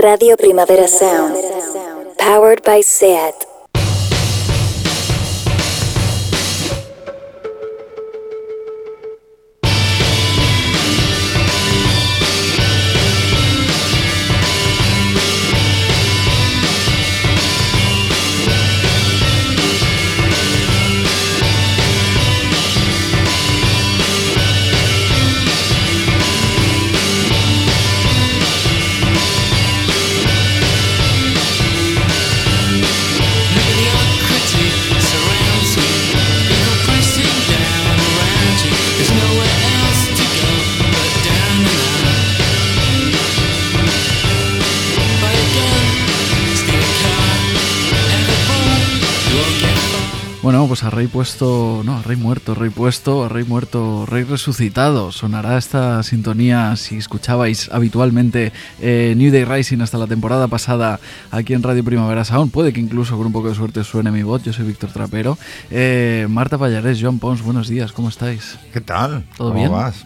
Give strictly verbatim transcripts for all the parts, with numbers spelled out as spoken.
Radio Primavera Sound. Powered by SEAT. Bueno, pues a rey puesto, no, a rey muerto, rey puesto, a rey muerto, rey resucitado. Sonará esta sintonía si escuchabais habitualmente eh, New Day Rising hasta la temporada pasada aquí en Radio Primavera Sound. Puede que incluso con un poco de suerte suene mi voz. Yo soy Víctor Trapero. Eh, Marta Pallarés, Joan Pons, buenos días, ¿cómo estáis? ¿Qué tal? ¿Todo ¿Cómo bien? vas?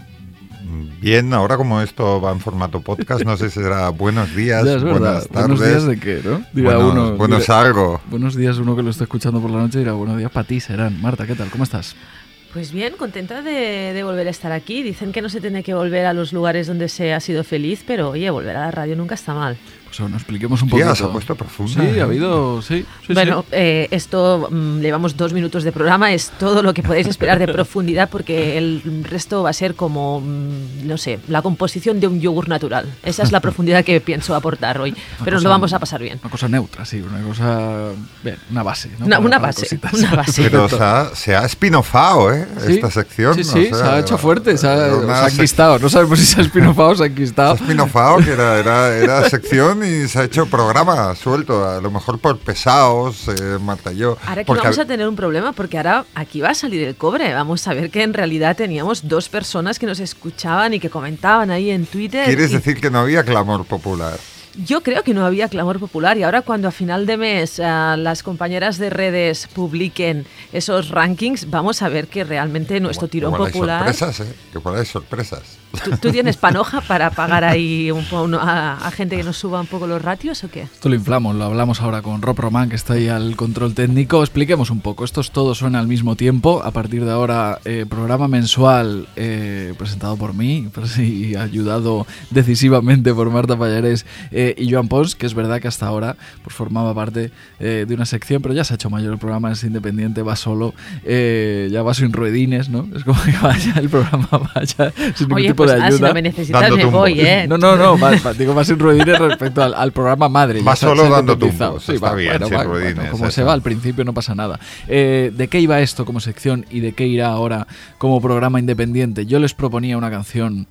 Bien, ahora como esto va en formato podcast, no sé si será buenos días, ya es verdad. buenas tardes. ¿Buenos días de qué, no? Dirá buenos, uno, buenos dirá, algo. Buenos días uno que lo está escuchando por la noche dirá buenos días para ti serán. Marta, ¿qué tal? ¿Cómo estás? Pues bien, contenta de, de volver a estar aquí. Dicen que no se tiene que volver a los lugares donde se ha sido feliz, pero oye, volver a la radio nunca está mal. Pues bueno, expliquemos un Sí, poquito. se ha puesto profunda. Sí, ¿eh? ha habido, sí. sí bueno, sí. Eh, esto mmm, llevamos dos minutos de programa, es todo lo que podéis esperar de profundidad, porque el resto va a ser como, mmm, no sé, la composición de un yogur natural. Esa es la profundidad que pienso aportar hoy, pero nos lo vamos a pasar bien. Una cosa neutra, sí, una cosa, bien, una base, ¿no? Una, Para, una para base, cositas. una base. Pero se ha, se ha spin-offado, ¿eh? Sí, esta sección. Sí, sí, o sea, se ha hecho fuerte, se ha, una se ha enquistado. No sabemos si se ha spin-offado o se ha Se enquistado. ha spin-offado, que era, era, era sección y se ha hecho programa suelto, a lo mejor por pesados, eh, Marta y yo. Ahora aquí porque vamos a tener un problema, porque ahora aquí va a salir el cobre. Vamos a ver que en realidad teníamos dos personas que nos escuchaban y que comentaban ahí en Twitter. ¿Quieres y decir que no había clamor popular? Yo creo que no había clamor popular, y ahora cuando a final de mes uh, las compañeras de redes publiquen esos rankings, vamos a ver que realmente nuestro tirón Igual popular... hay sorpresas, ¿eh? Igual hay sorpresas. ¿Tú, tú tienes panoja para pagar ahí un po, uno, a, a gente que nos suba un poco los ratios o qué? Esto lo inflamos, lo hablamos ahora con Rob Román, que está ahí al control técnico. Expliquemos un poco, estos todos suena al mismo tiempo. A partir de ahora, eh, programa mensual eh, presentado por mí y ayudado decisivamente por Marta Pallarés eh, y Joan Pons, que es verdad que hasta ahora pues formaba parte eh, de una sección, pero ya se ha hecho mayor el programa, es independiente, va solo, eh, ya va sin ruedines, ¿no? Es como que vaya, el programa vaya sin ningún Oye, tipo pues de ah, ayuda. si no me necesitas Dando me tumbos. voy, ¿eh? No, no, no, va, va, digo más sin ruedines respecto al, al programa madre. Va ya se- solo se ha dando independizado. tumbos, Sí, está va, bien, bueno, sin va, ruedines, bueno, como eso. se va al principio no pasa nada. Eh, ¿De qué iba esto como sección y de qué irá ahora como programa independiente? Yo les proponía una canción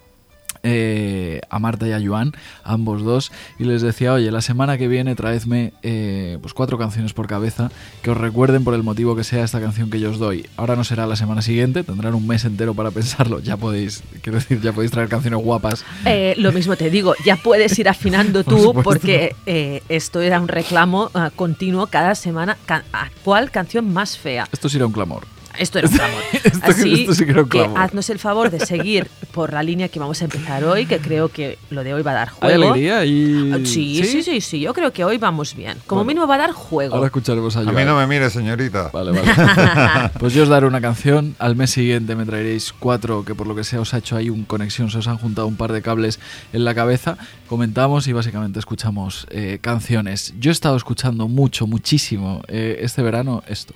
Eh, a Marta y a Joan, a ambos dos, y les decía, oye, la semana que viene traedme eh, pues cuatro canciones por cabeza que os recuerden por el motivo que sea esta canción que yo os doy. Ahora no será la semana siguiente, tendrán un mes entero para pensarlo. Ya podéis, quiero decir, ya podéis traer canciones guapas. Eh, lo mismo te digo, ya puedes ir afinando Por tú, supuesto. porque eh, esto era un reclamo uh, continuo cada semana. Ca- ¿a ¿Cuál canción más fea? Esto sí era un clamor. Esto era un clamor. Esto- Así esto sí que era un que clamor. haznos el favor de seguir por la línea que vamos a empezar hoy, que creo que lo de hoy va a dar Hay juego. alegría y... Ah, Sí, sí, sí, sí, yo creo que hoy vamos bien. Como Bueno, mínimo va a dar juego. Ahora escucharemos a A Joan. mí no me mire, señorita. Vale, vale. Pues yo os daré una canción. Al mes siguiente me traeréis cuatro que por lo que sea os ha hecho ahí un conexión, se os han juntado un par de cables en la cabeza. Comentamos y básicamente escuchamos eh, canciones. Yo he estado escuchando mucho, muchísimo eh, este verano esto.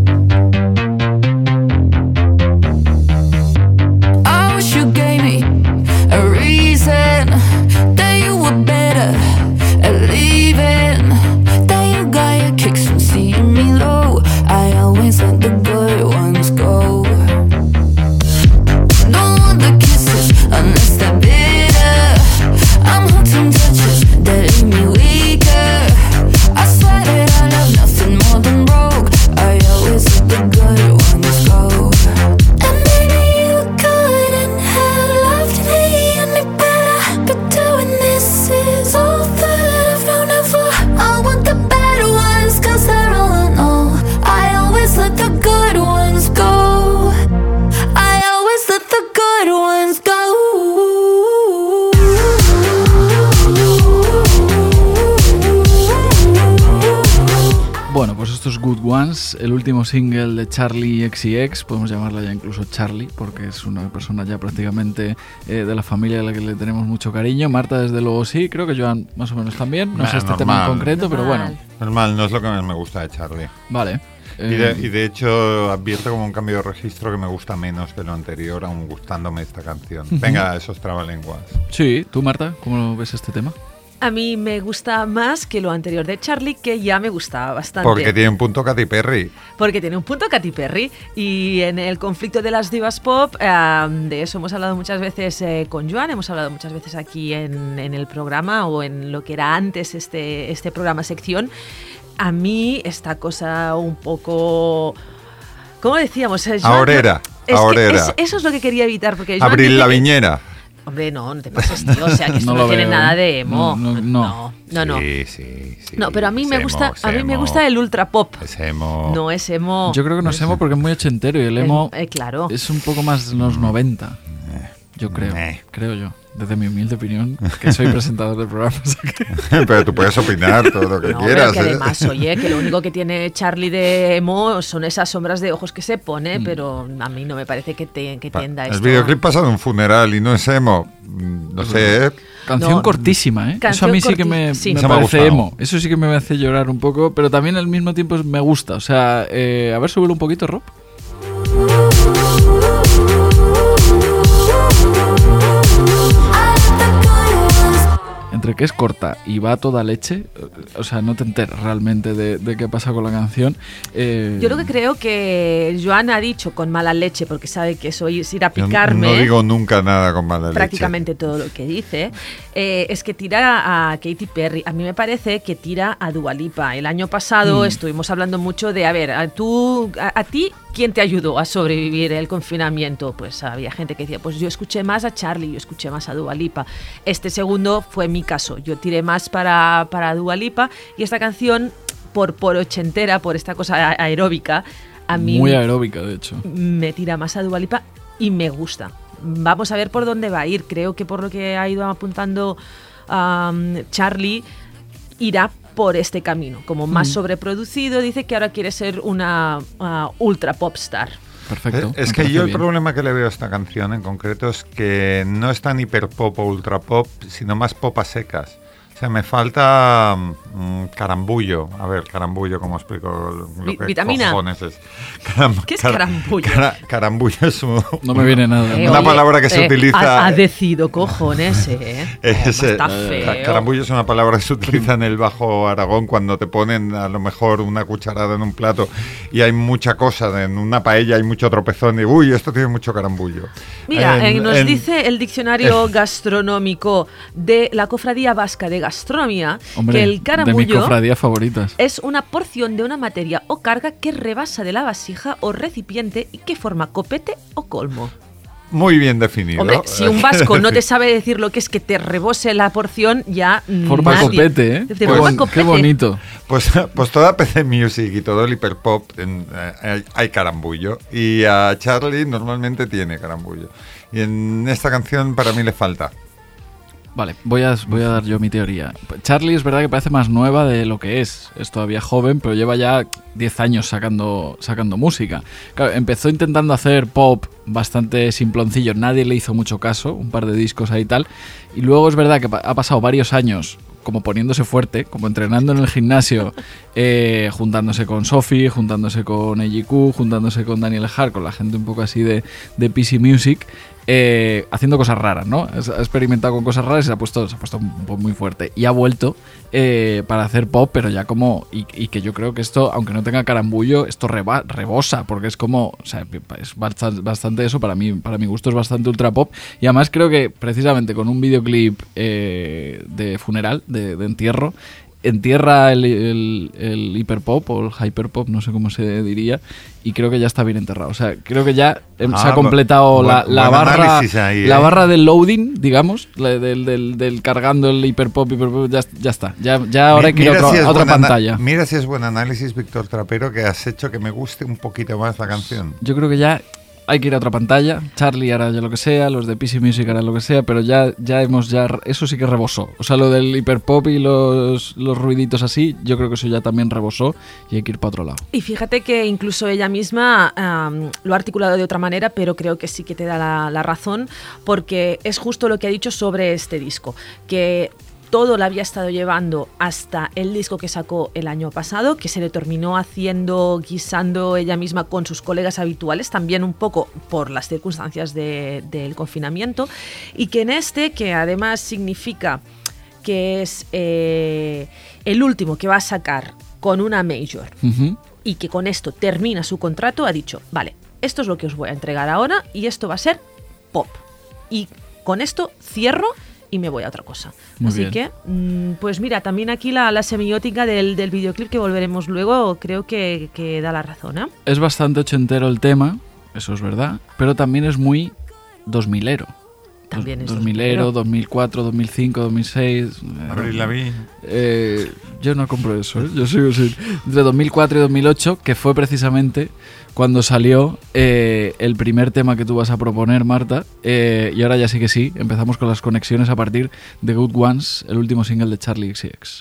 I wish you gave me a reason that you were better at leaving. That you got your kicks from seeing me low. I always let the good ones go. Don't want the kisses unless they're bitter. I'm hooked on touches that leave me weaker. I swear that I love nothing more than broke. I always let the good ones go. And maybe you couldn't have loved me any better, but doing this is all that esto es Good Ones, el último single de Charli X C X, podemos llamarla ya incluso Charli, porque es una persona ya prácticamente eh, de la familia a la que le tenemos mucho cariño. Marta, desde luego sí, creo que Joan más o menos también, no Nah, sé este normal. tema en concreto, pero Normal. bueno, Normal, no es lo que más me gusta de Charli. vale. Y de, Eh, y de hecho advierte como un cambio de registro que me gusta menos que lo anterior, aún gustándome esta canción. Venga, esos trabalenguas. sí, tú Marta, ¿cómo ves este tema? A mí me gusta más que lo anterior de Charli, que ya me gustaba bastante. Porque tiene un punto Katy Perry. Porque tiene un punto Katy Perry. Y en el conflicto de las divas pop, eh, de eso hemos hablado muchas veces eh, con Joan, hemos hablado muchas veces aquí en, en el programa o en lo que era antes este, este programa sección. A mí esta cosa un poco... ¿Cómo decíamos? Eh, Joan, Ahorera, es que ahorera. es- eso es lo que quería evitar. Porque Joan Abril dice la que- viñera. Hombre, no, no te pases, tío. O sea, que esto No no, lo tiene veo, nada ¿eh? de emo. No, no, no. no, no. Sí, sí, sí. No, pero a mí me Es gusta, emo, es a mí me emo. gusta el ultra pop. Es emo. No es emo. Yo creo que no es emo porque es muy ochentero y el emo Eh, claro. es un poco más de los noventa, yo creo, Meh. creo yo, desde mi humilde opinión, que soy presentador del programa. o sea que- Pero tú puedes opinar todo lo que No, quieras. pero que ¿eh? además, oye, que lo único que tiene Charlie de emo son esas sombras de ojos que se Mm. pone, pero a mí no me parece que, te, que Pa- tienda El esto. videoclip pasa de un funeral y no es emo. Mm, No sé, ¿eh? Canción No. cortísima, ¿eh? Eso a Canción mí sí que me, corti- sí. me Esa me ha parece gustado. emo. Eso sí que me hace llorar un poco, pero también al mismo tiempo es- me gusta. O sea, eh, a ver, súbelo un poquito, Rob. Entre que es corta y va a toda leche, eh, o sea, no te enteras realmente de, de qué pasa con la canción. Eh, Yo lo que creo que Joan ha dicho con mala leche, porque sabe que eso es ir a Yo picarme. no digo nunca nada con mala leche. prácticamente todo lo que dice, eh, es que tira a Katy Perry. A mí me parece que tira a Dua Lipa. El año pasado estuvimos hablando mucho de, a ver, a, tú, a, a ti, ¿quién te ayudó a sobrevivir el confinamiento? Pues había gente que decía, pues yo escuché más a Charlie, yo escuché más a Dua Lipa. Este segundo fue mi caso. Yo tiré más para, para Dua Lipa y esta canción, por, por ochentera, por esta cosa a- aeróbica, a mí Muy aeróbica, de hecho. me tira más a Dua Lipa y me gusta. Vamos a ver por dónde va a ir. Creo que por lo que ha ido apuntando um, Charlie, irá por este camino, como más sobreproducido. Dice que ahora quiere ser una uh, ultra pop star. Perfecto. Eh, Es me que parece yo el bien. problema que le veo a esta canción en concreto es que no es tan hiper pop o ultra pop, sino más pop a secas. O sea, me falta mm, carambullo. A ver, carambullo, ¿cómo explico lo Vi- que vitamina. cojones es? Caram- ¿Qué es cara- carambullo? cara- carambullo es un- No me viene nada. Eh, ¿no? Una oye, palabra que se eh, utiliza- Ha, ha decido cojones, ¿eh? Es, Oh, está eh, feo. carambullo es una palabra que se utiliza en el Bajo Aragón cuando te ponen a lo mejor una cucharada en un plato y hay mucha cosa, en una paella hay mucho tropezón y uy, esto tiene mucho carambullo. Mira, En- eh, nos en- dice el diccionario gastronómico de la Cofradía Vasca de Gastronomía Hombre, que el de mis carambullo cofradías favoritas. es una porción de una materia o carga que rebasa de la vasija o recipiente y que forma copete o colmo. Muy bien definido. Hombre, si un vasco no te sabe decir lo que es que te rebose la porción, ya mm, Forma nadie. copete, ¿eh? Te Qué forma bon- copete. Qué bonito. Pues, pues toda P C Music y todo el hiperpop en, eh, hay, hay carambullo. Y a Charlie normalmente tiene carambullo. Y en esta canción para mí le falta. Vale, voy a, voy a dar yo mi teoría. Charlie es verdad que parece más nueva de lo que es. Es todavía joven, pero lleva ya diez años sacando, sacando música. Claro, empezó intentando hacer pop bastante simploncillo. Nadie le hizo mucho caso, un par de discos ahí y tal. Y luego es verdad que pa- ha pasado varios años como poniéndose fuerte, como entrenando en el gimnasio, eh, juntándose con Sophie, juntándose con A G Q, juntándose con Daniel Hart, con la gente un poco así de, de P C Music. Eh, haciendo cosas raras, ¿no? Ha experimentado con cosas raras y se ha puesto, se ha puesto un poco muy fuerte. Y ha vuelto eh, para hacer pop, pero ya como... Y, y que yo creo que esto, aunque no tenga carambullo, esto reba, rebosa, porque es como... O sea, es bastante, bastante eso, para mí, para mi gusto es bastante ultra pop. Y además creo que precisamente con un videoclip eh, de funeral, de, de entierro, entierra el, el, el hiperpop o el hyperpop, no sé cómo se diría, y creo que ya está bien enterrado. O sea, creo que ya eh, Ah, se ha completado buen- la, la buen barra análisis ahí, la ¿eh? barra del loading, digamos, la del, del, del cargando el hiperpop, hiperpop ya, ya está. Ya, ya ahora hay que ir a, Mira otro- si es a otra buen ana- pantalla. Mira si es buen análisis, Víctor Trapero, que has hecho que me guste un poquito más la canción. Yo creo que ya hay que ir a otra pantalla. Charlie hará ya lo que sea, los de P C Music harán lo que sea, pero ya, ya hemos ya... Eso sí que rebosó. O sea, lo del hiperpop y los, los ruiditos así, yo creo que eso ya también rebosó y hay que ir para otro lado. Y fíjate que incluso ella misma um, lo ha articulado de otra manera, pero creo que sí que te da la, la razón, porque es justo lo que ha dicho sobre este disco, que todo lo había estado llevando hasta el disco que sacó el año pasado, que se le terminó haciendo, guisando ella misma con sus colegas habituales, también un poco por las circunstancias de, del confinamiento, y que en este, que además significa que es eh, el último que va a sacar con una major, uh-huh. y que con esto termina su contrato, ha dicho, vale, esto es lo que os voy a entregar ahora y esto va a ser pop. Y con esto cierro y me voy a otra cosa. Muy Así bien. que, pues mira, también aquí la, la semiótica del, del videoclip que volveremos luego, creo que, que da la razón, ¿eh? Es bastante ochentero el tema, eso es verdad, pero también es muy dos milero. También es dos milero, dos mil cuatro, dos mil cinco, dos mil seis. Abril Lavigne. Eh, yo no compro eso, ¿eh? Yo sigo sin... Entre dos mil cuatro y dos mil ocho, que fue precisamente cuando salió eh, el primer tema que tú vas a proponer, Marta. Eh, y ahora ya sí que sí, empezamos con las conexiones a partir de Good Ones, el último single de Charlie X C X.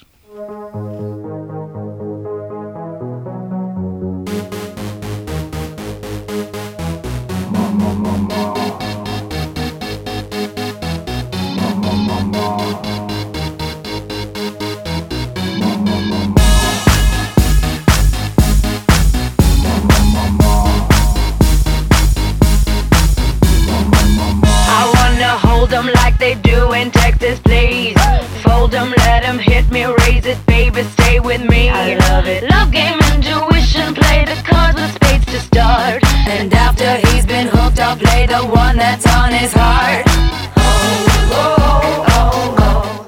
Like they do in Texas, please. Fold them, let them hit me, raise it, baby, stay with me. I love it. Love game, intuition, play the cards with spades to start. And after he's been hooked, I'll play the one that's on his heart. Oh, oh, oh, oh.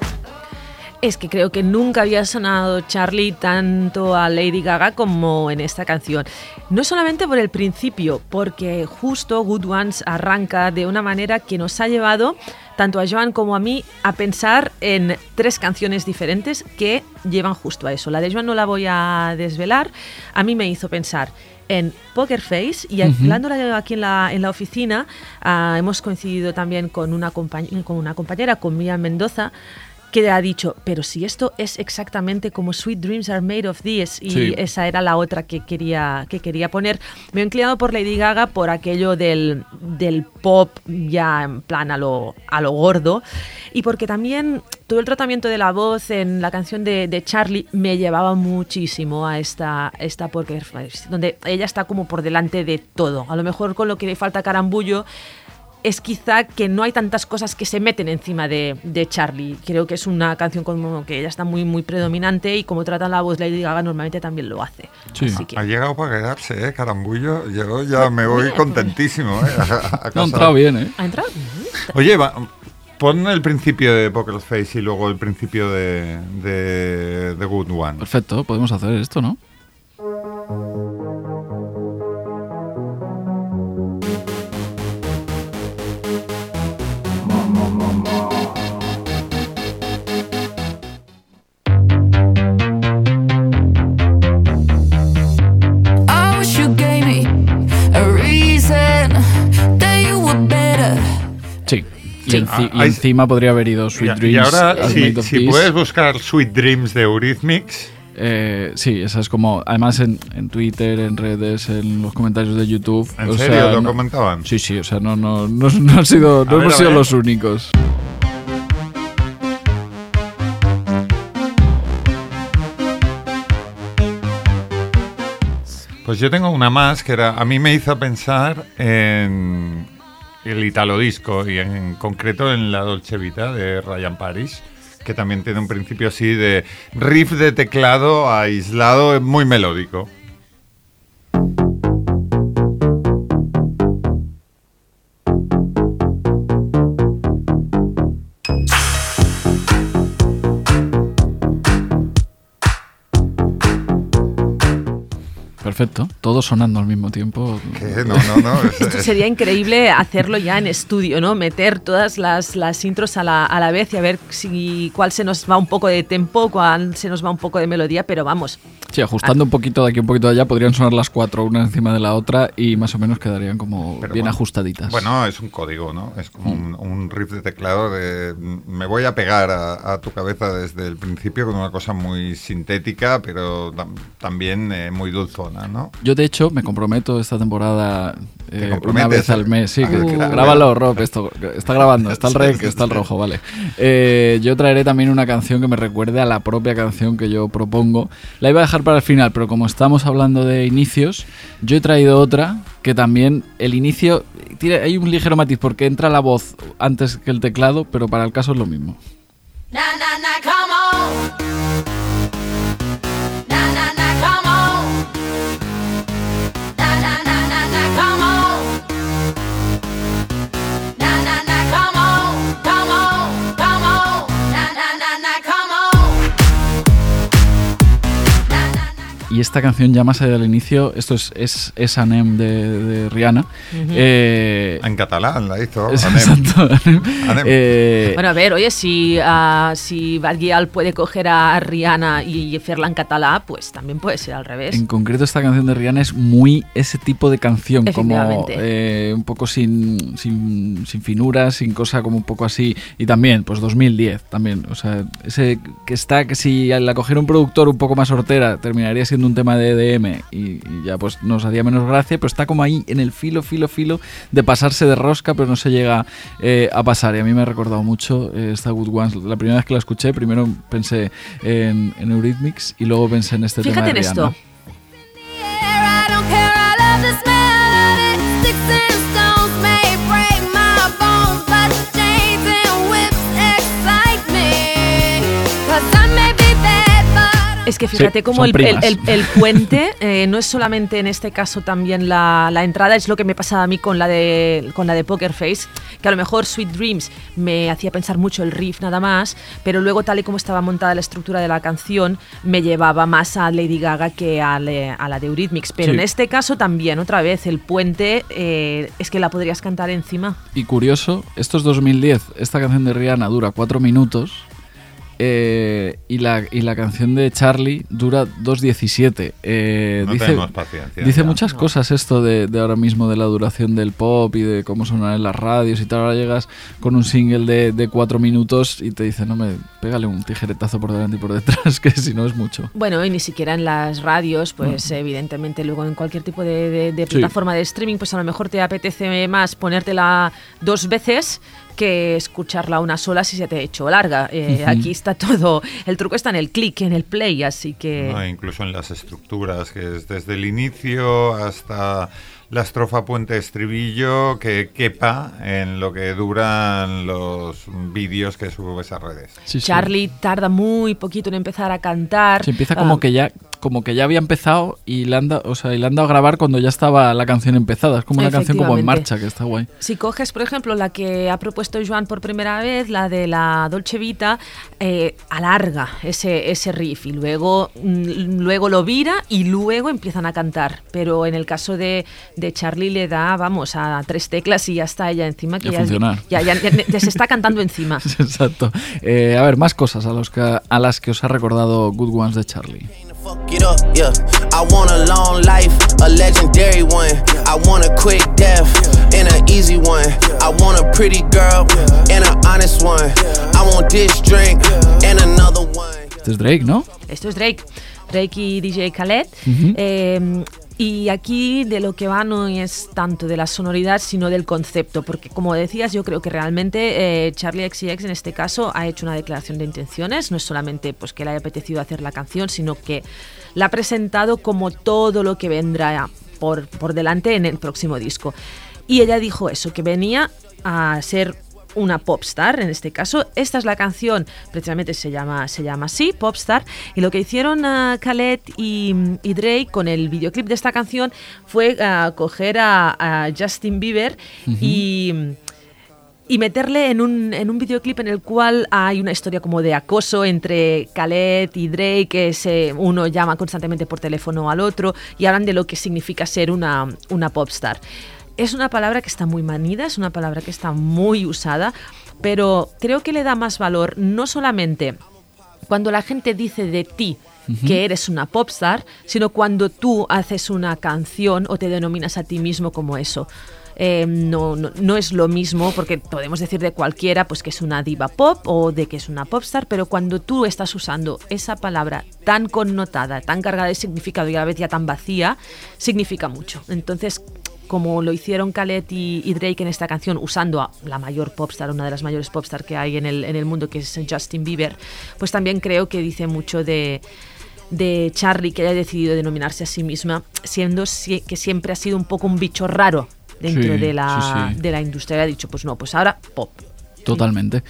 Es que creo que nunca había sonado Charlie tanto a Lady Gaga como en esta canción. No solamente por el principio, porque justo Good Ones arranca de una manera que nos ha llevado, tanto a Joan como a mí, a pensar en tres canciones diferentes que llevan justo a eso. La de Joan no la voy a desvelar. A mí me hizo pensar en Poker Face, y uh-huh. hablándola aquí en la, en la oficina, uh, hemos coincidido también con una, compañ- con una compañera, con Miriam Mendoza, que ha dicho, pero si esto es exactamente como Sweet Dreams Are Made of This, y sí. esa era la otra que quería, que quería poner. Me he inclinado por Lady Gaga por aquello del, del pop ya en plan a lo, a lo gordo, y porque también todo el tratamiento de la voz en la canción de, de Charlie me llevaba muchísimo a esta, esta Poker Face, donde ella está como por delante de todo. A lo mejor con lo que le falta carambullo es quizá que no hay tantas cosas que se meten encima de, de Charlie. Creo que es una canción como que ella está muy muy predominante, y como trata la voz Lady Gaga normalmente también lo hace. Sí. Así que... Ha llegado para quedarse, ¿eh? Carambullo. Yo ya me voy Bien, contentísimo, ¿eh? A, a No ha entrado bien, ¿eh? ¿Ha entrado? Oye, va, pon el principio de Poker Face y luego el principio de, de, de Good One. Perfecto, podemos hacer esto, ¿no? Sí. Y, Sí. enci- y Ah, encima podría haber ido Sweet Y, Dreams. y ahora, Are si, Made of si This. puedes buscar Sweet Dreams de Eurythmics. Eh, sí, esa es como. Además, en, en Twitter, en redes, en los comentarios de YouTube. ¿En o serio sea, lo no- comentaban? Sí, sí, o sea, no, no, no, no han sido, no A ver, hemos a sido ver. los únicos. Pues yo tengo una más que era, a mí me hizo pensar en el Italo Disco, y en concreto en la Dolce Vita de Ryan Paris, que también tiene un principio así de riff de teclado aislado, muy melódico. Perfecto, todo sonando al mismo tiempo. ¿Qué? No, no, no. es- Esto es- sería increíble hacerlo ya en estudio, ¿no? Meter todas las, las intros a la, a la vez y a ver si cuál se nos va un poco de tempo, cuál se nos va un poco de melodía, pero vamos. Sí, ajustando un poquito de aquí, un poquito de allá, podrían sonar las cuatro una encima de la otra y más o menos quedarían como Pero bien bueno, ajustaditas. Bueno, es un código, ¿no? Es como un, un riff de teclado de mm, me voy a pegar a, a tu cabeza desde el principio con una cosa muy sintética, pero tam- también eh, muy dulzona, ¿no? Yo, de hecho, me comprometo esta temporada ¿Te eh, una comprometes? vez al mes. Sí, Ah, que- que que- claro. grábalo, Rob. Esto, está grabando, está el Sí, rec, sí, está el sí. rojo, vale. Eh, yo traeré también una canción que me recuerde a la propia canción que yo propongo. La iba a dejar para el final, pero como estamos hablando de inicios, yo he traído otra que también el inicio tiene, hay un ligero matiz porque entra la voz antes que el teclado, pero para el caso es lo mismo. Na na na, come on. Na na na, come on. Na na na na na, come on. Na na na, come on, come on, come on. Na na na na, come on. Na na na. Y esta canción ya más allá del inicio, esto es, es, es Anem de, de Rihanna. eh, En catalán la hizo. es- Anem. exacto, Anem. Anem. Eh, Bueno, a ver, oye, si, ah, si Badgial puede coger a Rihanna y hacerla en catalán, pues también puede ser al revés. En concreto, esta canción de Rihanna es muy ese tipo de canción, como Efectivamente. eh, un poco sin, sin, sin finuras, sin cosa como un poco así. Y también, pues dos mil diez también. O sea, ese que está, que si la cogiera un productor un poco más hortera, terminaría siendo un tema de E D M y, y ya pues nos haría menos gracia, pero está como ahí en el filo, filo, filo de pasarse de rosca, pero no se llega eh, a pasar. Y a mí me ha recordado mucho eh, esta Good Ones. La primera vez que la escuché, primero pensé en, en Eurythmics y luego pensé en este tema Fíjate de en Rihanna. esto. I don't care, I love the smell of it. Sticks and stones may break my bones, but chains and whips excite me. 'Cause I may be bad, but Es que fíjate Sí, cómo son el, el, primas. el- el puente eh, no es solamente en este caso también la, la entrada, es lo que me pasaba a mí con la de con la de Poker Face, que a lo mejor Sweet Dreams me hacía pensar mucho el riff nada más, pero luego tal y como estaba montada la estructura de la canción me llevaba más a Lady Gaga que a, le- a la de Eurythmics. Pero Sí. en este caso también, otra vez, el puente eh, es que la podrías cantar encima. Y curioso, esto es dos mil diez, esta canción de Rihanna dura cuatro minutos eh, y, la, y la canción de Charlie dura dos diecisiete. Eh, No dice tenemos paciencia. dice ya. muchas cosas esto de, de ahora mismo, de la duración del pop y de cómo sonar en las radios y tal. Ahora llegas con un single de, de cuatro minutos y te dice, no me pégale un tijeretazo por delante y por detrás, que si no es mucho. Bueno, y ni siquiera en las radios, pues evidentemente luego en cualquier tipo de, de- de Sí. plataforma de streaming, pues a lo mejor te apetece más ponértela dos veces que escucharla una sola si se te ha hecho larga. Eh, Ujú. Aquí está todo, el truco está en el clic, en el play, así que... No, incluso en las estructuras, que es desde el inicio hasta la estrofa puente estribillo, que quepa en lo que duran los vídeos que subes a redes. Sí, sí. Charlie tarda muy poquito en empezar a cantar. Se empieza como Ah, que ya como que ya había empezado y le han dado, o sea, y le han dado a grabar cuando ya estaba la canción empezada. Es como una canción como en Efectivamente. marcha, que está guay. Si coges, por ejemplo, la que ha propuesto Joan por primera vez, la de la Dolce Vita, eh, alarga ese, ese riff y luego, mm, luego lo vira y luego empiezan a cantar. Pero en el caso de, de Charlie le da, vamos, a tres teclas y ya está ella encima. Que Y a ya, funcionar. ya, ya- ya- ya se está cantando encima. Exacto. Eh, a ver, más cosas a, los que, a las que os ha recordado Good Ones de Charlie. Fuck it up, yeah. I want a long life, a legendary one. I want a quick death and an easy one. I want a pretty girl and an honest one. I want this drink and another one. Este es Drake, ¿no? Esto es Drake. Drake y D J Khaled. Ujú. Eh, y aquí de lo que va no es tanto de la sonoridad, sino del concepto, porque como decías, yo creo que realmente eh, Charlie X C X en este caso ha hecho una declaración de intenciones, no es solamente pues que le haya apetecido hacer la canción, sino que la ha presentado como todo lo que vendrá por, por delante en el próximo disco. Y ella dijo eso, que venía a ser una popstar, en este caso. Esta es la canción, precisamente se llama, se llama así, Popstar, y lo que hicieron uh, Khaled y, y Drake con el videoclip de esta canción fue uh, coger a, a Justin Bieber y, y meterle en un, en un videoclip en el cual hay una historia como de acoso entre Khaled y Drake, que se, uno llama constantemente por teléfono al otro y hablan de lo que significa ser una, una popstar. Es una palabra que está muy manida, es una palabra que está muy usada, pero creo que le da más valor no solamente cuando la gente dice de ti uh-huh. que eres una popstar, sino cuando tú haces una canción o te denominas a ti mismo como eso. Eh, no, no, no es lo mismo, porque podemos decir de cualquiera pues que es una diva pop o de que es una popstar, pero cuando tú estás usando esa palabra tan connotada, tan cargada de significado y a la vez ya tan vacía, significa mucho. Entonces, como lo hicieron Khaled y, y Drake en esta canción, usando a la mayor popstar, una de las mayores popstar que hay en el, en el mundo, que es Justin Bieber, pues también creo que dice mucho de... de Charli, que haya decidido denominarse a sí misma, siendo si, que siempre ha sido un poco un bicho raro dentro sí, de, la, sí, sí. de la industria. Ha dicho, pues no, pues ahora pop. Totalmente.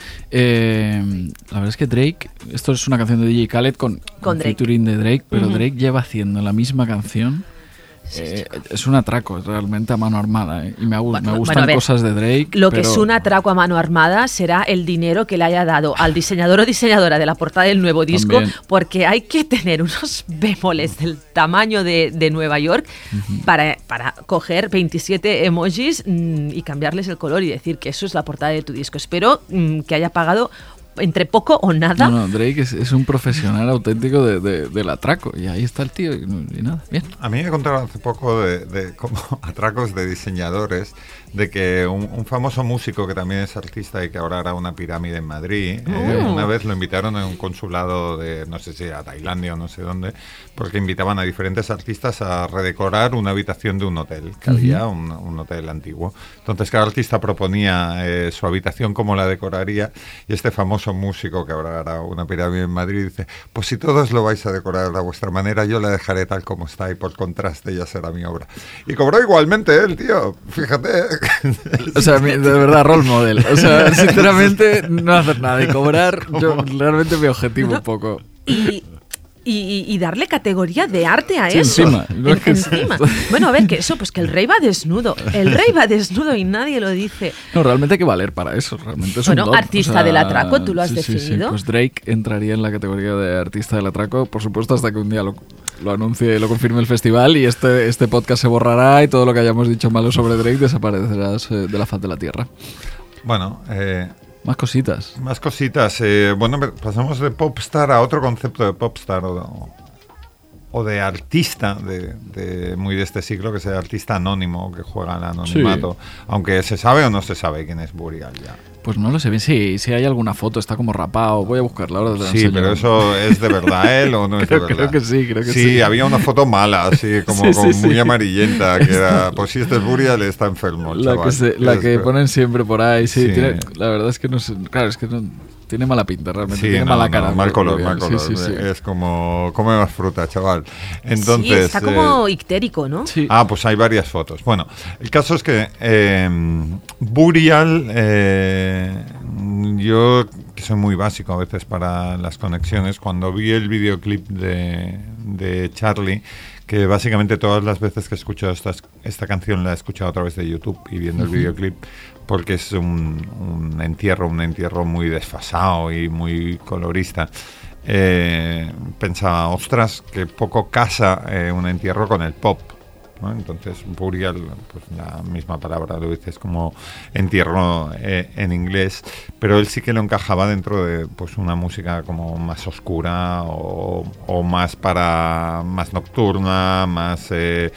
Eh, la verdad es que Drake, esto es una canción de D J Khaled con, con Drake. featuring de Drake, pero Uh-huh. Drake lleva haciendo la misma canción. Eh, es un atraco realmente a mano armada, ¿eh? Y me, Bueno, me gustan bueno, a ver, cosas de Drake. Lo que pero... es un atraco a mano armada será el dinero que le haya dado al diseñador o diseñadora de la portada del nuevo disco, También. porque hay que tener unos bémoles del tamaño de, de Nueva York uh-huh. para, para coger veintisiete emojis mmm, y cambiarles el color y decir que eso es la portada de tu disco. Espero mmm, que haya pagado entre poco o nada. No, no, Drake es, es un profesional auténtico de, de, del atraco, y ahí está el tío y, y nada, bien. A mí me contaron hace poco de, de como atracos de diseñadores, de que un, un famoso músico que también es artista y que ahora hará una pirámide en Madrid, Oh. eh, una vez lo invitaron en un consulado de, no sé si a Tailandia o no sé dónde, porque invitaban a diferentes artistas a redecorar una habitación de un hotel, que uh-huh. había un, un hotel antiguo. Entonces cada artista proponía eh, su habitación, cómo la decoraría, y este famoso músico que ahora hará una pirámide en Madrid dice, pues si todos lo vais a decorar a vuestra manera, yo la dejaré tal como está y por contraste ya será mi obra. Y cobró igualmente el tío, fíjate. O sea, de verdad, role model. O sea, sinceramente, no hacer nada y cobrar, yo realmente mi objetivo un poco. Y... Y, y darle categoría de arte a sí, eso. Encima. En, encima. Bueno, a ver, que eso, pues que el rey va desnudo. El rey va desnudo y nadie lo dice. No, realmente hay que valer para eso. Realmente es bueno, un don. artista o sea, del atraco, tú lo has sí, definido. Sí, sí. Pues Drake entraría en la categoría de artista del atraco, por supuesto, hasta que un día lo, lo anuncie y lo confirme el festival y este, este podcast se borrará y todo lo que hayamos dicho malo sobre Drake desaparecerá de la faz de la tierra. Bueno, eh... Más cositas. Más cositas. Eh, bueno, pasamos de popstar a otro concepto de popstar o, o de artista de, de muy de este siglo, que es el artista anónimo que juega al anonimato. Sí. Aunque se sabe o no se sabe quién es Burial ya. Pues no lo sé bien. Sí, si hay alguna foto, está como rapado. Voy a buscarla ahora. Te la sí, enseño. Pero eso es de verdad él o no es creo, de verdad. Creo que sí, creo que sí. sí. Sí, había una foto mala, así como, sí, como sí, muy sí. amarillenta, que era, pues si este es Burial está enfermo. La chaval. que, se, la que ponen siempre por ahí, sí. sí. Tiene, la verdad es que no sé. Claro, es que no. Tiene mala pinta, realmente. Sí, tiene no, mala no, cara. mal color, Burial. mal color. Sí, sí, sí. Es como, come más fruta, chaval. Entonces, sí, está como eh, ictérico, ¿no? Sí. Ah, pues hay varias fotos. Bueno, el caso es que eh, Burial, eh, yo que soy muy básico a veces para las conexiones, cuando vi el videoclip de, de Charli, que básicamente todas las veces que he escuchado esta, esta canción la he escuchado a través de YouTube y viendo el videoclip, porque es un, un entierro, un entierro muy desfasado y muy colorista. Eh, pensaba, ostras, que poco casa eh, un entierro con el pop, ¿no? Entonces Burial, pues la misma palabra lo dices como entierro eh, en inglés, pero él sí que lo encajaba dentro de pues una música como más oscura o, o más para más nocturna, más eh,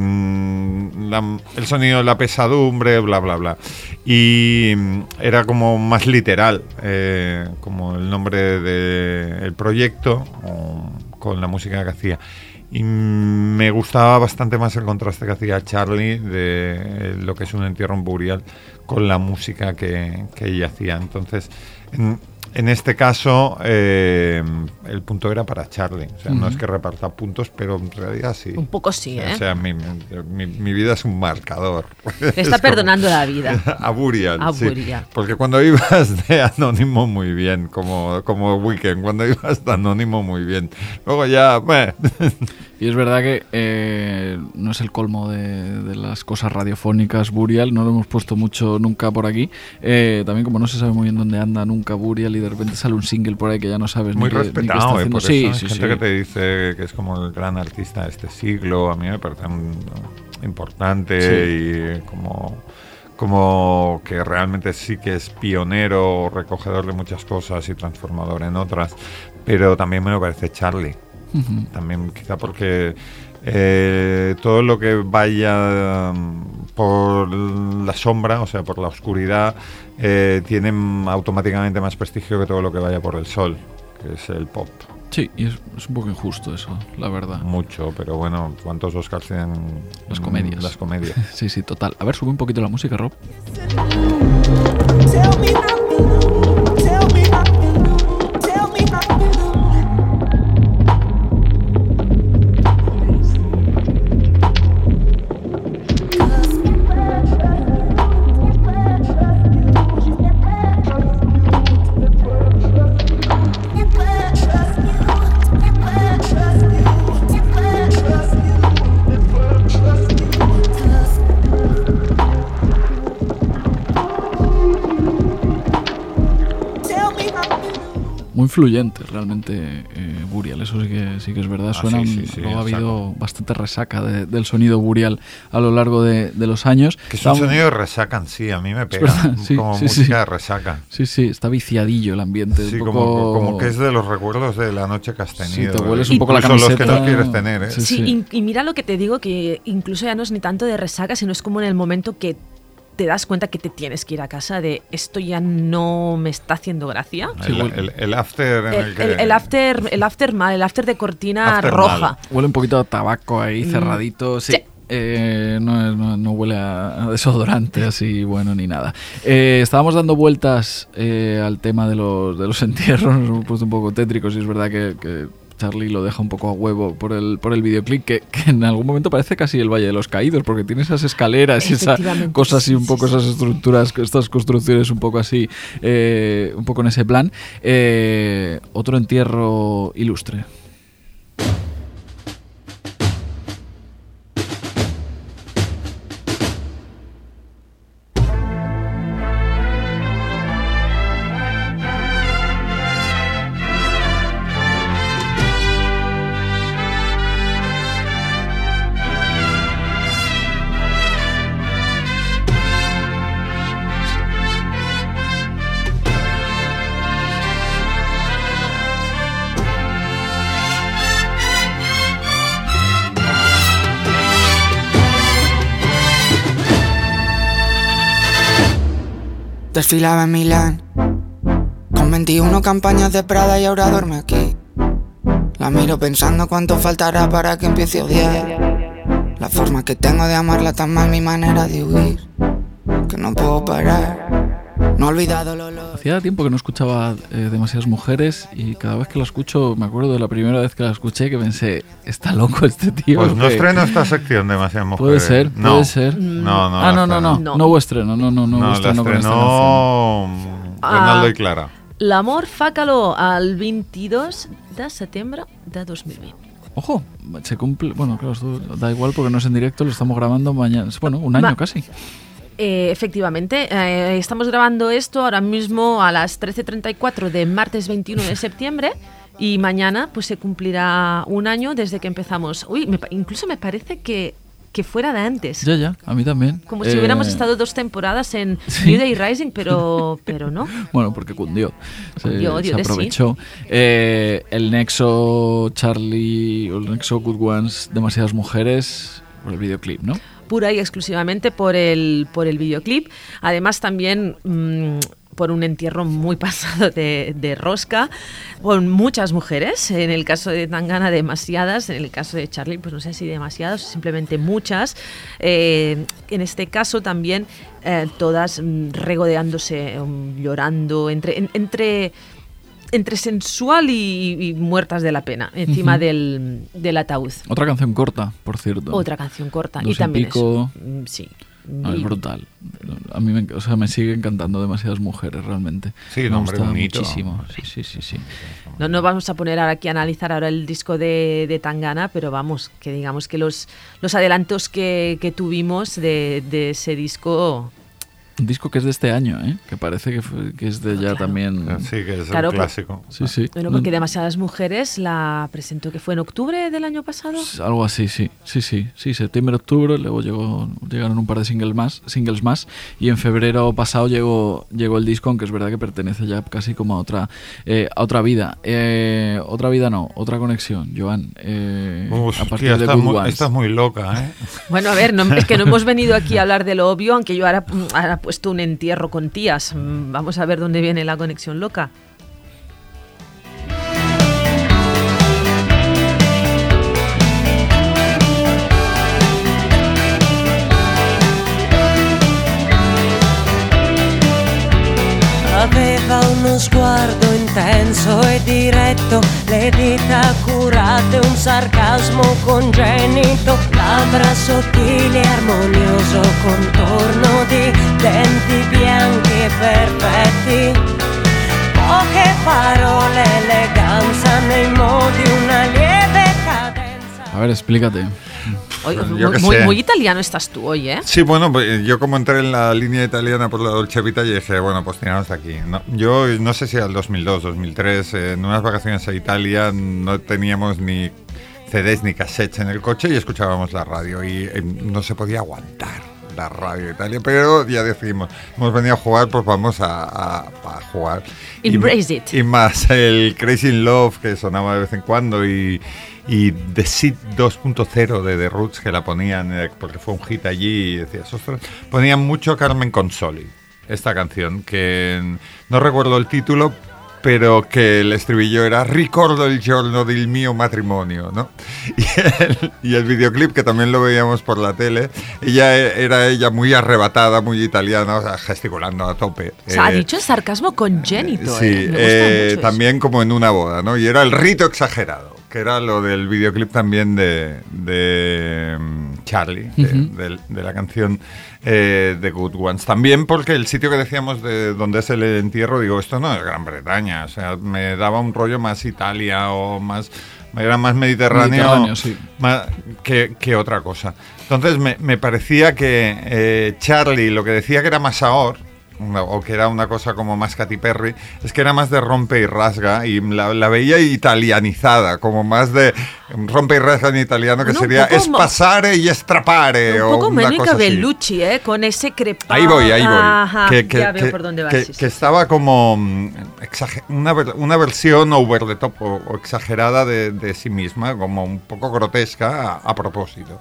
mm, la, el sonido de la pesadumbre, bla bla bla, y era como más literal, eh, como el nombre del proyecto o, con la música que hacía. Y me gustaba bastante más el contraste que hacía Charli de lo que es un entierro en Burial con la música que, que ella hacía. Entonces, en, En este caso, eh, el punto era para Charlie. O sea, Uh-huh. no es que reparta puntos, pero en realidad sí. Un poco sí, ¿eh? O sea, mi, mi, mi vida es un marcador. Le está Es perdonando como, la vida. A Burial, A sí. Burial. Porque cuando ibas de anónimo muy bien, como, como Weekend, cuando ibas de anónimo muy bien. Luego ya, bueno. Y es verdad que eh, no es el colmo de, de las cosas radiofónicas Burial, no lo hemos puesto mucho nunca por aquí. Eh, también como no se sabe muy bien dónde anda nunca Burial y de repente sale un single por ahí que ya no sabes Muy ni qué, ni qué está respetado, eh, haciendo. por Sí, eso hay sí, gente sí. que te dice que es como el gran artista de este siglo. A mí me parece un- importante y como, como que realmente sí que es pionero, recogedor de muchas cosas y transformador en otras. Pero también me lo parece Charlie. Ujú. También quizá porque eh, todo lo que vaya um, por la sombra, o sea, por la oscuridad, eh, tiene automáticamente más prestigio que todo lo que vaya por el sol, que es el pop. Sí, y es, es un poco injusto eso, la verdad. Mucho, pero bueno, ¿cuántos Oscars tienen Las mm, comedias. Las comedias. Sí, sí, total. A ver, sube un poquito la música, Rob. Tell me how, tell me how, tell me how. Muy influyente realmente eh, Burial, eso sí que, sí que es verdad. Ah, Suenan, sí, sí, sí, luego ha exacto. habido bastante resaca de- del sonido Burial a lo largo de, de los años. Que es un Está- sonido de resaca en sí, a mí me pega, verdad, sí, como sí, música sí. de resaca. Sí, sí, está viciadillo el ambiente. Sí, un como, poco... como que es de los recuerdos de la noche que has Sí, tenido. te hueles ¿eh? un poco la Incluso camiseta. los que no quieres tener, ¿eh? Sí, Sí, sí. Y, y mira lo que te digo, que incluso ya no es ni tanto de resaca, sino es como en el momento que te das cuenta que te tienes que ir a casa de esto ya no me está haciendo gracia. Sí, el, bueno. el- el after en el, El, que... el- el after, el after mal, el after de cortina After roja. mal. Huele un poquito a tabaco ahí, Mm. cerradito. Sí. Sí. Eh, no, no- no huele a, a desodorante así bueno ni nada. Eh, estábamos dando vueltas eh, al tema de los, de los entierros, nos hemos puesto un poco tétricos y es verdad que, que Charlie lo deja un poco a huevo por el, por el videoclip, que, que en algún momento parece casi el Valle de los Caídos, porque tiene esas escaleras y esas Efectivamente, cosas así, sí, un poco sí, esas estructuras, estas construcciones un poco así, eh, un poco en ese plan. Eh, otro entierro ilustre. Desfilaba en Milán con veintiuna campañas de Prada y ahora duerme aquí. La miro pensando cuánto faltará para que empiece a odiar. La forma que tengo de amarla tan mal, mi manera de huir, que no puedo parar. No he olvidado lo olor. Hacía tiempo que no escuchaba eh, demasiadas mujeres y cada vez que la escucho, me acuerdo de la primera vez que la escuché que pensé, está loco este tío. Pues no que- estreno esta sección demasiadas mujeres. Puede ser, no. puede ser. No, no. ah, la no, no, no, estreno. no, No. hubo estreno, no, no, no, hubo No, la estreno con esta canción. estrenó Ronaldo y Clara. L'amor fa calor el veintidós de setembre de dos mil vint. Ojo, se cumple, bueno, claro, esto da igual porque no es en directo, lo estamos grabando mañana, bueno, un año Va. casi. Eh, efectivamente, eh, estamos grabando esto ahora mismo a las trece treinta y cuatro de martes veintiuno de septiembre y mañana pues se cumplirá un año desde que empezamos. Uy, me pa- incluso me parece que, que fuera de antes. Ya, ya, a mí también. Como si Eh, hubiéramos estado dos temporadas en sí. New Day Rising, pero, pero no. Bueno, porque cundió. Se, Cundió, dio se de sí. aprovechó. Eh, el nexo Charlie, o el nexo Good Ones, demasiadas mujeres, por el videoclip, ¿no? Pura y exclusivamente por el, por el videoclip. Además también mmm, por un entierro muy pasado de, de rosca, por muchas mujeres. En el caso de Tangana, demasiadas. En el caso de Charlie, pues no sé si demasiadas, simplemente muchas. Eh, en este caso también eh, todas mm, regodeándose, um, llorando, entre... En, entre entre sensual y, y muertas de la pena, encima Ujú. del, del ataúd. Otra canción corta, por cierto. Otra canción corta. Dos y también y pico. eso. Mm, Sí. No, Y- es brutal. A mí me, o sea, me siguen cantando demasiadas mujeres realmente. Sí, me no, hombre, gusta bonito. muchísimo. Sí, sí, sí, sí. No nos vamos a poner ahora aquí a analizar ahora el disco de, de Tangana, pero vamos, que digamos que los, los adelantos que, que tuvimos de, de ese disco... Un disco que es de este año, ¿eh? Que parece que, fue- que es de ya claro. también... Sí, que es Claro, un clásico. Sí, sí. Bueno, porque Demasiadas Mujeres la presentó, que fue en octubre del año pasado. Pues algo así, sí, sí, sí, sí, septiembre, octubre, luego llegó, llegaron un par de singles más, singles más, y en febrero pasado llegó, llegó el disco, aunque es verdad que pertenece ya casi como a otra, eh, a otra vida, eh, otra vida no, otra conexión, Joan, eh, Uf, a partir tía, de estás, Good muy, Ones. estás muy loca, ¿eh? Bueno, a ver, no, es que no hemos venido aquí a hablar de lo obvio, aunque yo ahora, ahora he puesto un entierro con tías. Mm, Vamos a ver dónde viene la conexión loca. Aveva uno sguardo intenso e diretto, le dita curate, un sarcasmo congenito, labbra sottili e armonioso contorno di denti bianchi e perfetti, poche parole, eleganza nei modi, una lieve cadenza. A ver, explícate. Oye, Yo muy, qué muy, sé. muy italiano estás tú hoy, ¿eh? Sí, bueno, pues, yo como entré en la línea italiana por la Dolce Vita y dije, bueno, pues tiramos aquí. No, yo no sé si era el dos mil dos, dos mil tres, eh, en unas vacaciones a Italia no teníamos ni C Ds ni cassettes en el coche y escuchábamos la radio y eh, no se podía aguantar la radio de Italia, pero ya decidimos, hemos venido a jugar, pues vamos a, a- a jugar. Embrace y, it. Y más el Crazy in Love que sonaba de vez en cuando y... Y The Seed dos punto cero de The Roots, que la ponían, eh, porque fue un hit allí, y decías, ostras, ponían mucho Carmen Consoli, esta canción, que no recuerdo el título, pero que el estribillo era Ricordo il giorno del mio matrimonio, ¿no? Y el, y el videoclip, que también lo veíamos por la tele, ella e- era ella muy arrebatada, muy italiana, o sea, gesticulando a tope. O sea, ha Eh, dicho sarcasmo congénito, Sí, ¿eh? Me gusta eh, mucho eso. también como en una boda, ¿no? Y era el rito exagerado, que era lo del videoclip también de, de mm, Charlie, de, Ujú. de- de la canción eh, de Good Ones. También porque el sitio que decíamos de donde es el entierro, digo, esto no es Gran Bretaña, o sea, me daba un rollo más Italia o más... Era más mediterráneo, Mediterráneo, sí. más que, que otra cosa. Entonces me, me parecía que eh, Charlie, lo que decía que era más ahora, una- o que era una cosa como más Katy Perry, es que era más de rompe y rasga y la, la veía italianizada, como más de rompe y rasga en italiano, que Bueno, un sería poco mo- espasare y estrapare. Un o poco una Mónica cosa así. Bellucci, ¿eh? Con ese crepado. Ahí voy, ahí voy. Ajá, que, que- ya veo que- por dónde vas. que- sí, sí. que estaba como mm, exager- una, ver- una versión over the top o, o exagerada de, de sí misma, como un poco grotesca a, a propósito.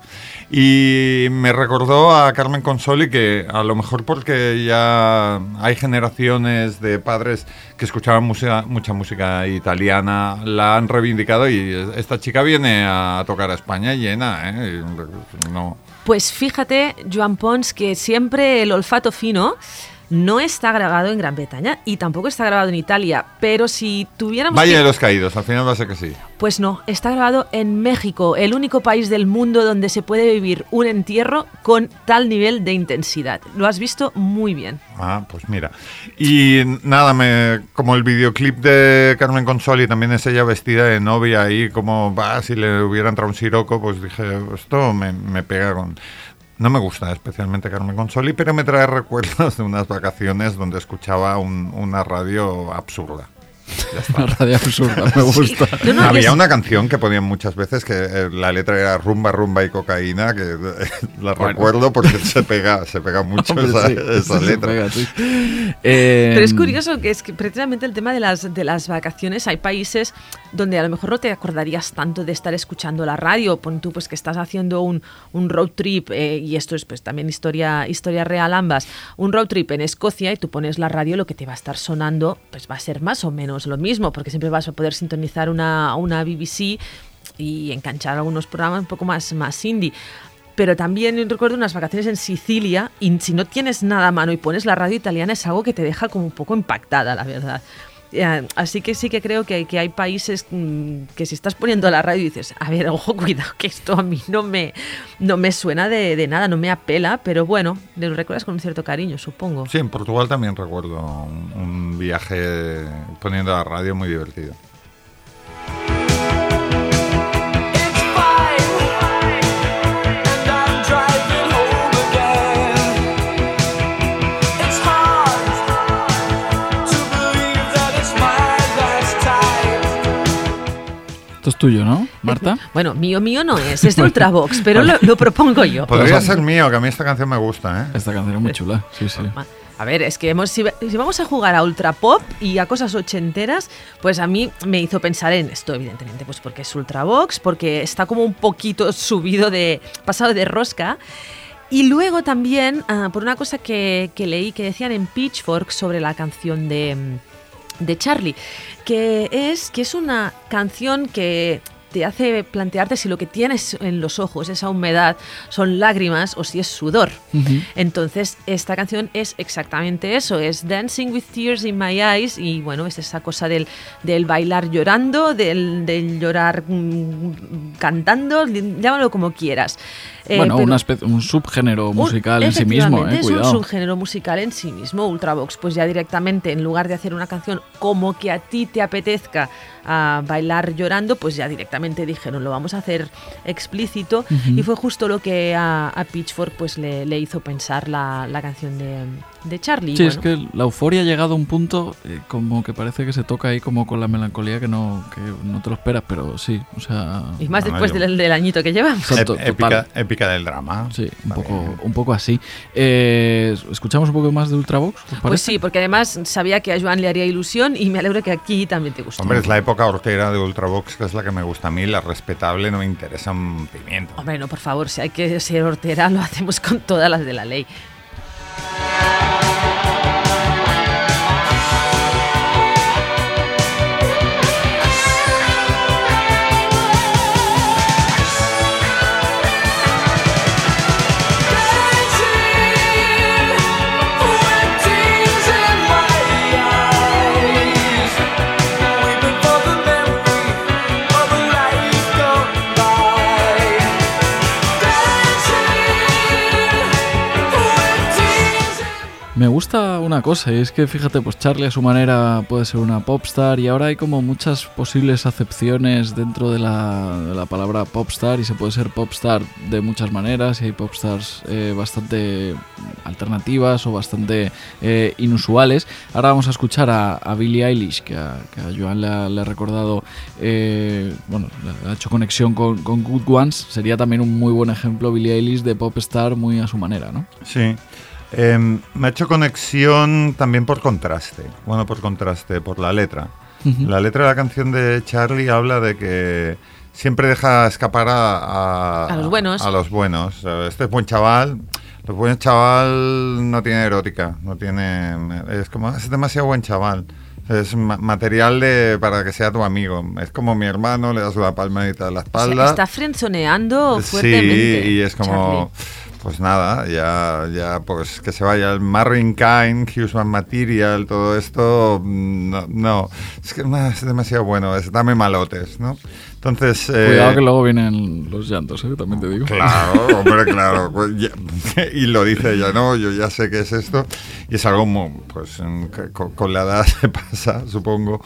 Y me recordó a Carmen Consoli, que a lo mejor porque ya hay generaciones de padres que escuchaban música, mucha música italiana, la han reivindicado y esta chica viene a tocar a España llena, ¿eh? Y no... Pues fíjate, Joan Pons, que siempre el olfato fino no está grabado en Gran Bretaña y tampoco está grabado en Italia, pero si tuviéramos Valle que- de los Caídos, al final va a ser que sí. Pues no, está grabado en México, el único país del mundo donde se puede vivir un entierro con tal nivel de intensidad. Lo has visto muy bien. Ah, pues mira. Y nada, me, como el videoclip de Carmen Consoli también es ella vestida de novia ahí, como va, si le hubiera entrado un siroco, pues dije, esto me, me pega con... No me gusta especialmente Carmen Consoli, pero me trae recuerdos de unas vacaciones donde escuchaba un- una radio absurda. Ya está. Una radio absurda, me gusta. No, no, Había es- una canción que ponían muchas veces que eh, la letra era rumba, rumba y cocaína, que eh, la Bueno. recuerdo porque se pega, se pega mucho Hombre, esa, sí, esa se letra. pega, sí. Eh, Pero es curioso que es que precisamente el tema de las, de las vacaciones, hay países donde a lo mejor no te acordarías tanto de estar escuchando la radio. Pon tú pues que estás haciendo un, un road trip, eh, y esto es pues también historia, historia real ambas, un road trip en Escocia y tú pones la radio, lo que te va a estar sonando pues va a ser más o menos lo mismo, porque siempre vas a poder sintonizar una, una B B C y enganchar algunos programas un poco más, más indie. Pero también recuerdo unas vacaciones en Sicilia y si no tienes nada a mano y pones la radio italiana es algo que te deja como un poco impactada, la verdad. Eh, así que sí que creo que hay, que hay países mmm, que si estás poniendo la radio y dices, a ver, ojo, cuidado, que esto a mí no me, no me suena de, de nada, no me apela, pero bueno, lo recuerdas con un cierto cariño, supongo. Sí, en Portugal también recuerdo un, un viaje poniendo la radio muy divertido. Esto es tuyo, ¿no, Marta? Bueno, mío, mío no es, es de Ultravox, pero lo, lo propongo yo. Podría ser mío, que a mí esta canción me gusta, ¿eh? Esta canción es muy chula, sí, sí. A ver, es que hemos, si, si vamos a jugar a ultra pop y a cosas ochenteras, pues a mí me hizo pensar en esto, evidentemente, pues porque es Ultravox, porque está como un poquito subido de, pasado de rosca. Y luego también, uh, por una cosa que, que leí que decían en Pitchfork sobre la canción de... de Charlie, que es, que es una canción que te hace plantearte si lo que tienes en los ojos, esa humedad, son lágrimas o si es sudor. Uh-huh. Entonces, esta canción es exactamente eso, es Dancing with Tears in My Eyes, y bueno, es esa cosa del, del bailar llorando, del, del llorar mmm, cantando, llámalo como quieras. Eh, bueno, pero, una espe- un subgénero musical un, en sí mismo, eh, es cuidado. un subgénero musical en sí mismo. Ultravox, pues ya directamente, en lugar de hacer una canción como que a ti te apetezca a bailar llorando, pues ya directamente dijeron, lo vamos a hacer explícito. Uh-huh. Y fue justo lo que a, a Pitchfork pues le, le hizo pensar la, la canción de, de Charlie. Sí, bueno. Es que la euforia ha llegado a un punto eh, como que parece que se toca ahí como con la melancolía que no, que no te lo esperas, pero sí, o sea... Y más no, después yo... del, del añito que llevamos. Ep- épica, épica del drama. Sí, un poco, un poco así. Eh, ¿Escuchamos un poco más de Ultravox? Pues sí, porque además sabía que a Joan le haría ilusión y me alegro que aquí también te guste. Hombre, es la época hortera de Ultravox, que es la que me gusta a mí, la respetable no me interesa un pimiento. Hombre, no, por favor, si hay que ser hortera, lo hacemos con todas las de la ley. Me gusta una cosa, y es que fíjate, pues Charlie a su manera puede ser una popstar, y ahora hay como muchas posibles acepciones dentro de la, de la palabra popstar, y se puede ser popstar de muchas maneras, y hay popstars eh, bastante alternativas o bastante eh, inusuales. Ahora vamos a escuchar a, a Billie Eilish, que a, que a Joan le ha, le ha recordado, eh, bueno, le ha hecho conexión con, con Good Ones. Sería también un muy buen ejemplo Billie Eilish de popstar muy a su manera, ¿no? Sí. Eh, me ha hecho conexión también por contraste, bueno, por contraste, por la letra. Uh-huh. La letra de la canción de Charlie habla de que siempre deja escapar a, a, a los buenos. A los buenos. Este es buen chaval, el buen chaval no tiene erótica, no tiene, es como, es demasiado buen chaval. Es ma- material de, para que sea tu amigo. Es como mi hermano, le das una palmadita a la espalda. O sea, está frenzoneando fuertemente. Sí, y es como... Charlie. Pues nada, ya, ya pues que se vaya el Marvin Kind, Human Material, todo esto, no, no. Es que es demasiado bueno, es dame malotes, ¿no? Entonces... Eh, Cuidado que luego vienen los llantos, ¿eh? También te digo. Claro, hombre, claro. Pues ya, y lo dice ella, ¿no? Yo ya sé qué es esto. Y es algo, muy, pues, con, con la edad se pasa, supongo.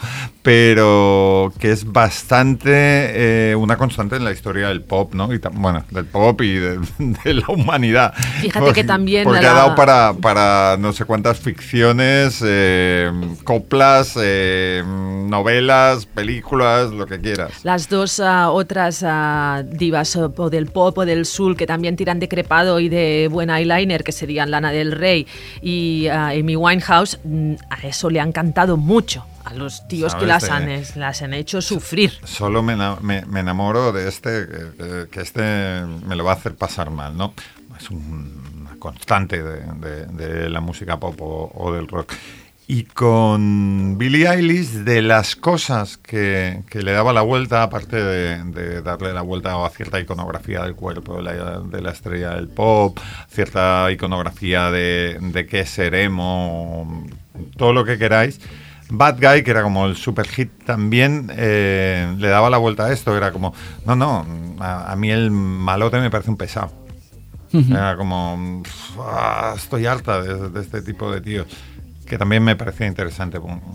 Pero que es bastante eh, una constante en la historia del pop, ¿no? Y ta- bueno, del pop y de, de la humanidad. Fíjate porque, que también... Porque la... ha dado para, para no sé cuántas ficciones, eh, coplas, eh, novelas, películas, lo que quieras. Las dos uh, otras uh, divas uh, o del pop o del soul que también tiran de crepado y de buen eyeliner, que serían Lana del Rey y uh, Amy Winehouse, mm, a eso le han cantado mucho a los tíos que las han, es, las han hecho sufrir. Solo me, me, me enamoro de este, que, que este me lo va a hacer pasar mal, ¿no? Es un, una constante de, de, de la música pop o, o del rock. Y con Billie Eilish, de las cosas que, que le daba la vuelta, aparte de, de darle la vuelta a cierta iconografía del cuerpo de la, de la estrella del pop, cierta iconografía de, de qué seremos, todo lo que queráis, Bad Guy, que era como el super hit también, eh, le daba la vuelta a esto. Era como, no, no, a, a mí el malote me parece un pesado. Uh-huh. Era como, ah, estoy harta de, de este tipo de tíos. Que también me parecía interesante.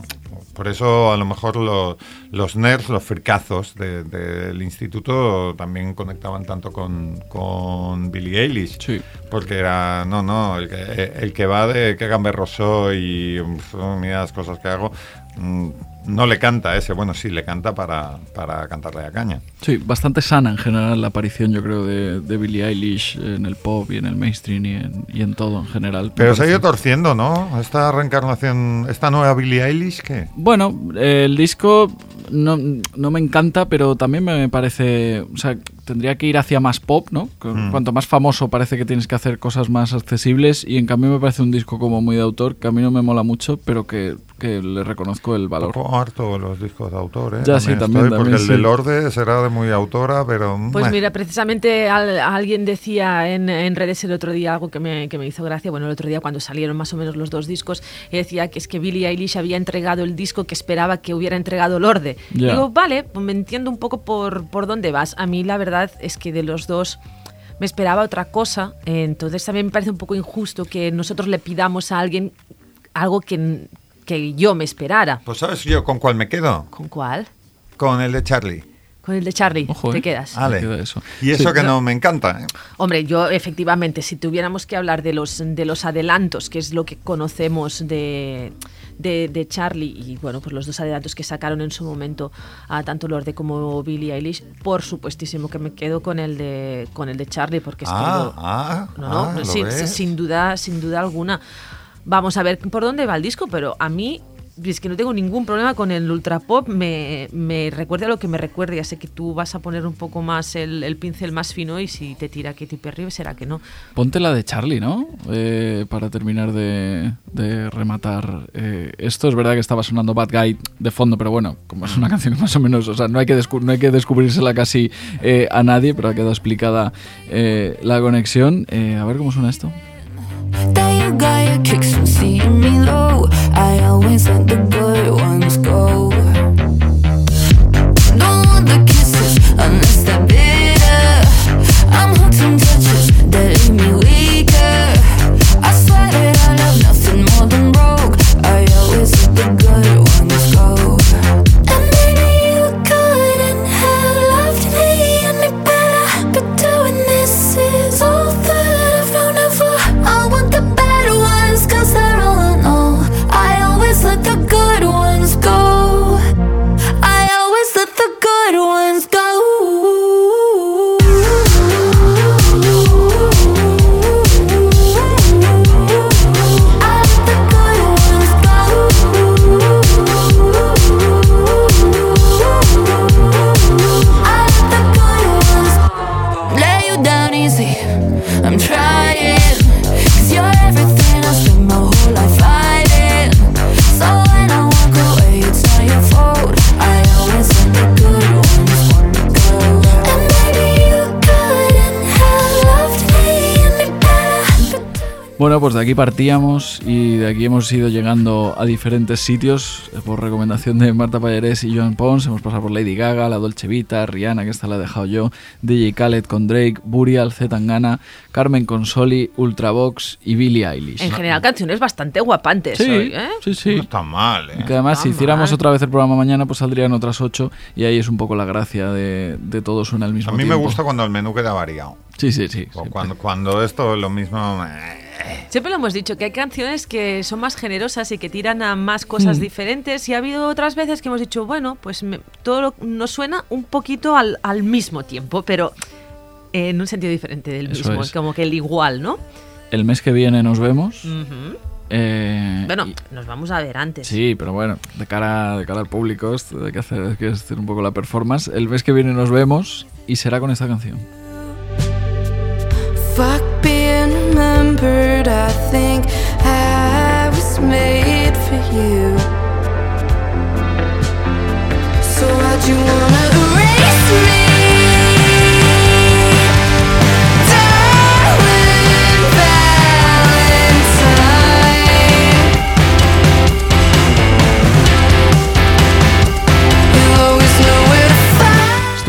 Por eso, a lo mejor, lo, los nerds, los fricazos de, de, del instituto también conectaban tanto con, con Billie Eilish. Sí. Porque era, no, no, el que, el que va de qué gamberro soy y oh, mira las cosas que hago, mmm, no le canta a ese. Bueno, sí, le canta para, para cantarle a caña. Sí, bastante sana en general la aparición, yo creo, de, de Billie Eilish en el pop y en el mainstream y en, y en todo en general. Pero se ha ido torciendo, ¿no? Esta reencarnación, esta nueva Billie Eilish, ¿qué? Bueno, eh, el disco no, no me encanta, pero también me parece... O sea, tendría que ir hacia más pop, ¿no? Mm. Cuanto más famoso parece que tienes que hacer cosas más accesibles, y en cambio me parece un disco como muy de autor, que a mí no me mola mucho, pero que, que le reconozco el valor. Un poco harto los discos de autor, ¿eh? Ya, también sí, también, estoy, también. Porque sí. el de Lorde será de muy autora, pero... Pues mira, precisamente al, alguien decía en, en redes el otro día algo que me, que me hizo gracia, bueno, el otro día cuando salieron más o menos los dos discos, y decía que es que Billie Eilish había entregado el disco que esperaba que hubiera entregado Lorde. Yeah. Digo, vale, pues me entiendo un poco por, por dónde vas. A mí la verdad es que de los dos me esperaba otra cosa, entonces también me parece un poco injusto que nosotros le pidamos a alguien algo que, que yo me esperara. Pues ¿sabes yo con cuál me quedo? ¿Con cuál? Con el de Charlie. Con el de Charlie, Ojo, te ¿eh? quedas. Vale. Queda eso. Y eso sí, que no. no me encanta. ¿eh? Hombre, yo efectivamente, si tuviéramos que hablar de los, de los adelantos, que es lo que conocemos de, de, de Charlie, y bueno, pues los dos adelantos que sacaron en su momento a tanto Lorde como Billie Eilish, por supuestísimo que me quedo con el de con el de Charlie, porque es ah, que yo, ah, no, no, ah, no ¿lo sin, ves? sin duda, sin duda alguna. Vamos a ver por dónde va el disco, pero a mí es que no tengo ningún problema con el ultrapop, me, me recuerda a lo que me recuerda. Ya sé que tú vas a poner un poco más el, el pincel más fino, y si te tira Katy Perry será que no. Ponte la de Charlie, ¿no? Eh, para terminar de, de rematar eh, esto. Es verdad que estaba sonando Bad Guy de fondo, pero bueno, como es una canción que más o menos, o sea, no hay que, descu- no hay que descubrírsela casi eh, a nadie, pero ha quedado explicada eh, la conexión. Eh, a ver cómo suena esto. That you got your kicks from seeing me low. I always let the good ones go. Don't want the kisses unless they're bitter. I'm hooked on touches that leave me weaker. I swear that I love nothing more than broke. I always let the good ones go. And maybe you couldn't have loved me any better, but doing this is all that I've known ever. I want the bad ones, cause they're all I know. I always let the good ones go. I always let the good ones go. I let the good ones go. I let the good ones lay you down easy. I'm trying, cause you're everything I spend my whole life fighting. So when I walk away, it's not your fault. I always let the good ones go. And maybe you couldn't have loved me any better. Bueno, pues de aquí partíamos y de aquí hemos ido llegando a diferentes sitios por recomendación de Marta Pallarés y Joan Pons. Hemos pasado por Lady Gaga, la Dolce Vita, Rihanna, que esta la he dejado yo, D J Khaled con Drake, Burial, Z Tangana, Carmen Consoli, Ultravox y Billie Eilish. En general, canciones bastante guapantes Sí, hoy, ¿eh? sí, sí. No está mal, ¿eh? Que además, Está si hiciéramos mal. otra vez el programa mañana, pues saldrían otras ocho, y ahí es un poco la gracia de, de todo suena al mismo A mí tiempo. me gusta cuando el menú queda variado. Sí, sí, sí. O sí. cuando, cuando esto es lo mismo... eh, Siempre lo hemos dicho, que hay canciones que son más generosas y que tiran a más cosas Mm. diferentes, y ha habido otras veces que hemos dicho, bueno, pues me- todo lo- nos suena un poquito al, al mismo tiempo, pero en un sentido diferente del Eso mismo, es. como que el igual, ¿no? El mes que viene nos vemos. Ujú. eh, Bueno, y- nos vamos a ver antes. Sí, pero bueno, de cara, de cara al público, esto hay que hacer, hay que hacer un poco la performance. El mes que viene nos vemos y será con esta canción. Fuck being remembered, I think I was made for you. So why'd you wanna erase me? Darling Valentine,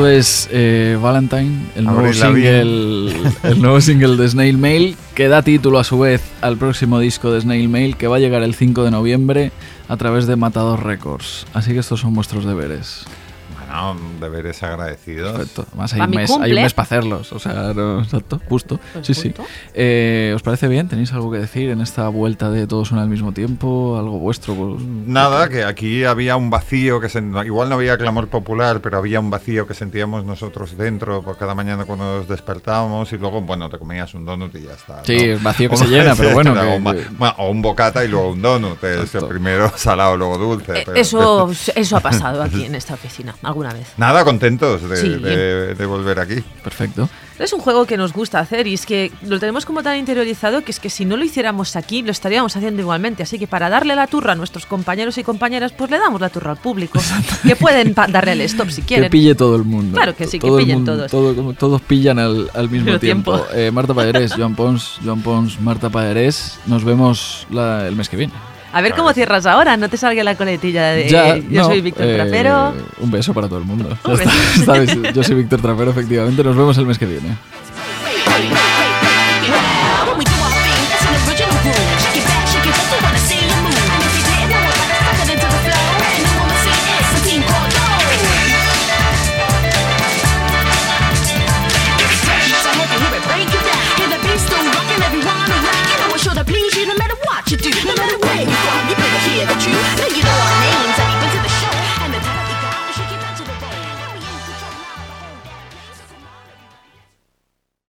Esto es eh, Valentine, el nuevo, Avril Lavigne. single, el nuevo single de Snail Mail, que da título a su vez al próximo disco de Snail Mail, que va a llegar el cinco de noviembre a través de Matador Records. Así que estos son vuestros deberes. Bueno, deberes agradecidos. Perfecto. Además hay Pa' un, mi mes, hay un cumple. mes para hacerlos. O sea, no, exacto, justo. Pues sí, sí. justo. Eh, ¿Os parece bien? ¿Tenéis algo que decir en esta vuelta de Todos Son al Mismo Tiempo? ¿Algo vuestro? Pues, Nada, que aquí había un vacío que se, igual no había clamor popular, pero había un vacío que sentíamos nosotros dentro por cada mañana cuando nos despertábamos y luego, bueno, te comías un donut y ya está. Sí, ¿no? es vacío que O se llena, pero bueno, o, que- un, que- bueno, o un bocata y luego un donut. Es Exacto. el primero salado, luego dulce. Eh, pero- Eso, eso ha pasado aquí en esta oficina alguna vez. Nada, contentos de, Sí. de- de volver aquí. Perfecto. Es un juego que nos gusta hacer y es que lo tenemos como tan interiorizado que es que si no lo hiciéramos aquí lo estaríamos haciendo igualmente. Así que para darle la turra a nuestros compañeros y compañeras, pues le damos la turra al público. Que pueden pa- darle el stop si Que quieren. pille todo el mundo. Claro que sí, que Todo el pillen mundo- todos. todo- como todos pillan al, al mismo Pero tiempo. tiempo. Eh, Marta Pallarés, Joan Pons, Joan Pons, Marta Pallarés. Nos vemos la- el mes que viene. A ver cómo cierras ahora, no te salga la coletilla de Ya, yo no, soy Víctor eh, Trapero. Un beso para todo el mundo. Ya Un está, beso. ¿sabes? Yo soy Víctor Trapero, efectivamente. Nos vemos el mes que viene.